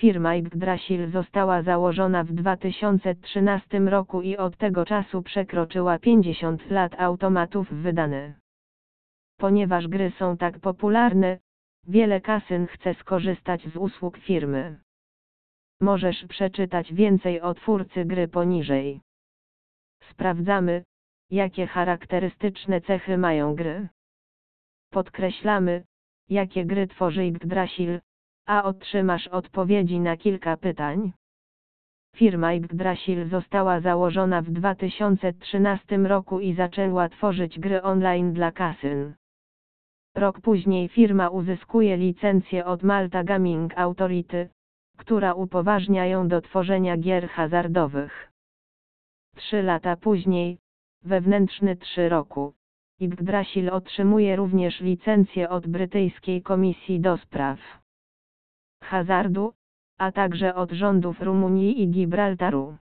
Firma Yggdrasil została założona w 2013 roku i od tego czasu przekroczyła 50 lat automatów wydane. Ponieważ gry są tak popularne, wiele kasyn chce skorzystać z usług firmy. Możesz przeczytać więcej o twórcy gry poniżej. Sprawdzamy, jakie charakterystyczne cechy mają gry. Podkreślamy, jakie gry tworzy Yggdrasil, a otrzymasz odpowiedzi na kilka pytań. Firma Yggdrasil została założona w 2013 roku i zaczęła tworzyć gry online dla kasyn. Rok później firma uzyskuje licencję od Malta Gaming Authority, która upoważnia ją do tworzenia gier hazardowych. 3 lata później, wewnętrzny 3 roku, Yggdrasil otrzymuje również licencję od brytyjskiej Komisji do Spraw Hazardu, a także od rządów Rumunii i Gibraltaru.